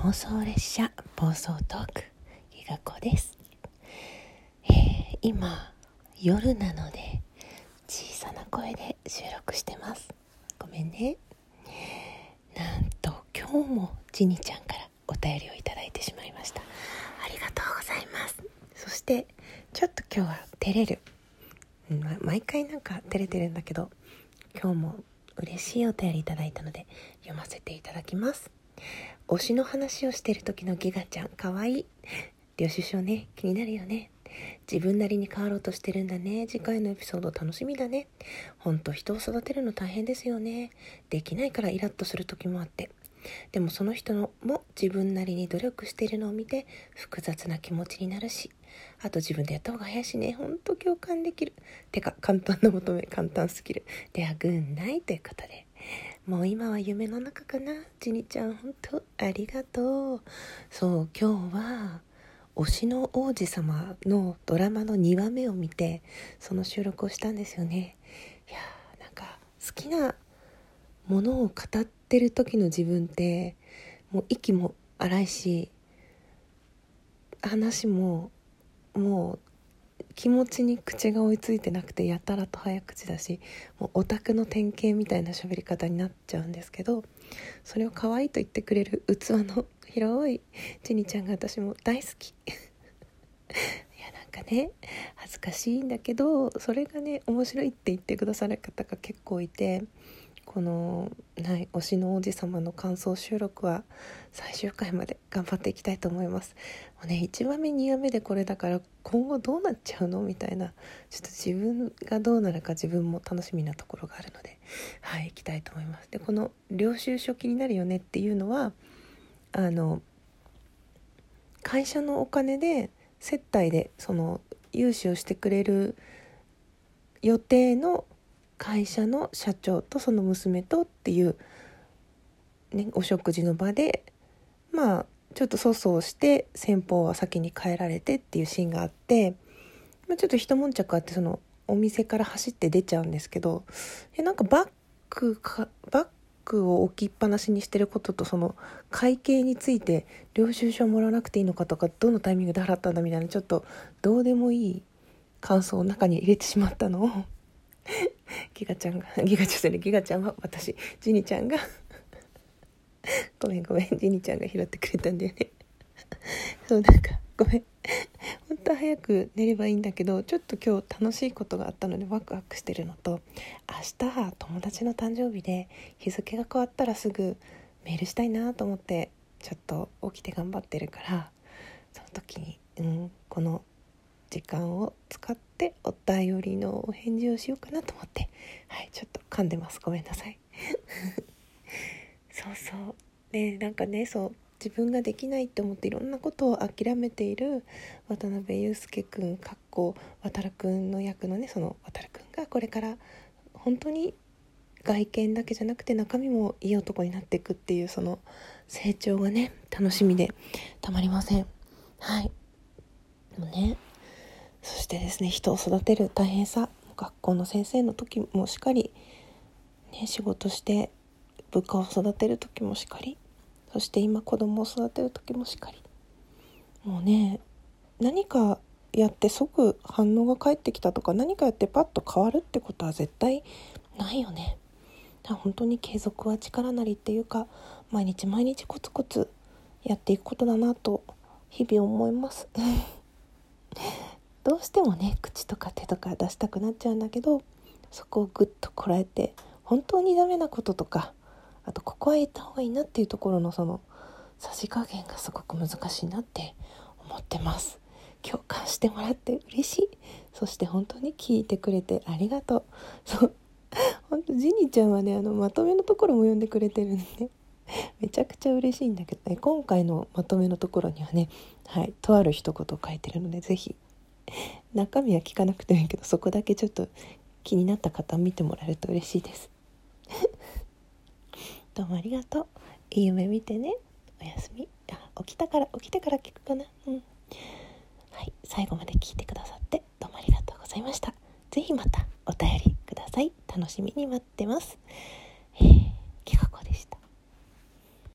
妄想列車暴走トークギガ子です。今夜なので小さな声で収録してます。ごめんね。なんと今日もジニちゃんからお便りをいただいてしまいました。ありがとうございます。そしてちょっと今日は照れる、毎回なんか照れてるんだけど、今日も嬉しいお便りいただいたので読ませていただきます。推しの話をしている時のギガちゃんかわいい。領収書ね、気になるよね。自分なりに変わろうとしてるんだね。次回のエピソード楽しみだね。ほんと人を育てるの大変ですよね。できないからイラッとする時もあって、でもその人のも自分なりに努力しているのを見て複雑な気持ちになるし、あと自分でやった方が早いしね。ほんと共感できる。てか簡単な求め、簡単すぎる。では軍ないということで、もう今は夢の中かな。ジニちゃん本当ありがとう。そう今日は推しの王子様のドラマの2話目を見てその収録をしたんですよね。いやなんか好きなものを語ってる時の自分ってもう息も荒いし、話ももう気持ちに口が追いついてなくてやたらと早口だし、もうオタクの典型みたいな喋り方になっちゃうんですけど、それを可愛いと言ってくれる器の広いジニちゃんが私も大好きいやなんかね恥ずかしいんだけど、それがね面白いって言ってくださる方が結構いて、この推しの王子様の感想収録は最終回まで頑張っていきたいと思います。もうね1話目2話目でこれだから今後どうなっちゃうのみたいな、ちょっと自分がどうなるか自分も楽しみなところがあるので、行きたいと思います。でこの領収書気になるよねっていうのは会社のお金で接待でその融資をしてくれる予定の会社の社長とその娘とっていう、お食事の場でちょっと粗相して先方は先に帰られてっていうシーンがあって、ちょっと一悶着あってそのお店から走って出ちゃうんですけど、なんかバッグを置きっぱなしにしてることとその会計について領収書もらわなくていいのかとか、どのタイミングで払ったんだみたいな、ちょっとどうでもいい感想を中に入れてしまったのをギガちゃんは私ジニちゃんがごめんジニちゃんが拾ってくれたんだよねそうなんかごめん本当は早く寝ればいいんだけど、ちょっと今日楽しいことがあったのでワクワクしてるのと、明日友達の誕生日で日付が変わったらすぐメールしたいなと思ってちょっと起きて頑張ってるから、その時に、この時間を使ってお便りのお返事をしようかなと思って、ちょっと噛んでます。ごめんなさいそうでなんかね、そう自分ができないって思っていろんなことを諦めている渡辺裕介くん渡るくんの役のね、その渡るくんがこれから本当に外見だけじゃなくて中身もいい男になっていくっていう、その成長がね楽しみでたまりません。もうね、そしてですね、人を育てる大変さ、学校の先生の時もしかり、仕事して部下を育てる時もしかり、そして今子供を育てる時もしかり、もうね何かやって即反応が返ってきたとか、何かやってパッと変わるってことは絶対ないよね。だから本当に継続は力なりっていうか、毎日コツコツやっていくことだなと日々思いますどうしてもね口とか手とか出したくなっちゃうんだけど、そこをぐっとこらえて、本当にダメなこととか、あとここは言った方がいいなっていうところのそのさじ加減がすごく難しいなって思ってます。共感してもらって嬉しい。そして本当に聞いてくれてありがとう。そう本当ジニちゃんはねまとめのところも読んでくれてるんでめちゃくちゃ嬉しいんだけどね、今回のまとめのところにはねとある一言書いてるので、ぜひ中身は聞かなくてもいいけど、そこだけちょっと気になった方見てもらえると嬉しいですどうもありがとう。いい夢見てね。おやすみ。起きてから聞くかな。最後まで聞いてくださってどうもありがとうございました。ぜひまたお便りください。楽しみに待ってます。きかこでした。